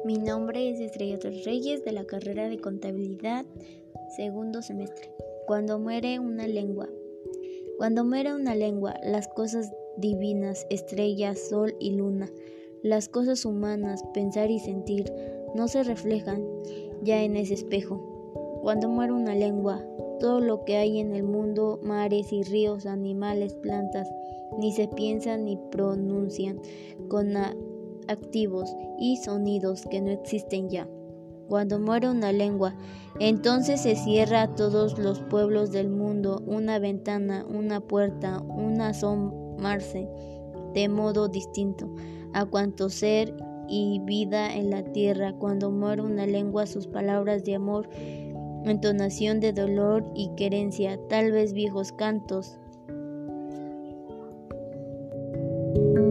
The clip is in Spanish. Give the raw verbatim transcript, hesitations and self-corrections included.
Mi nombre es Estrella Torres Reyes, de la carrera de Contabilidad, segundo semestre. Cuando muere una lengua. Cuando muere una lengua, las cosas divinas, estrellas, sol y luna, las cosas humanas, pensar y sentir, no se reflejan ya en ese espejo. Cuando muere una lengua, todo lo que hay en el mundo, mares y ríos, animales, plantas, ni se piensan ni pronuncian con activos y sonidos que no existen ya. Cuando muere una lengua, entonces se cierra a todos los pueblos del mundo una ventana, una puerta, un asomarse de modo distinto a cuanto ser y vida en la tierra. Cuando muere una lengua, sus palabras de amor, entonación de dolor y querencia, tal vez viejos cantos,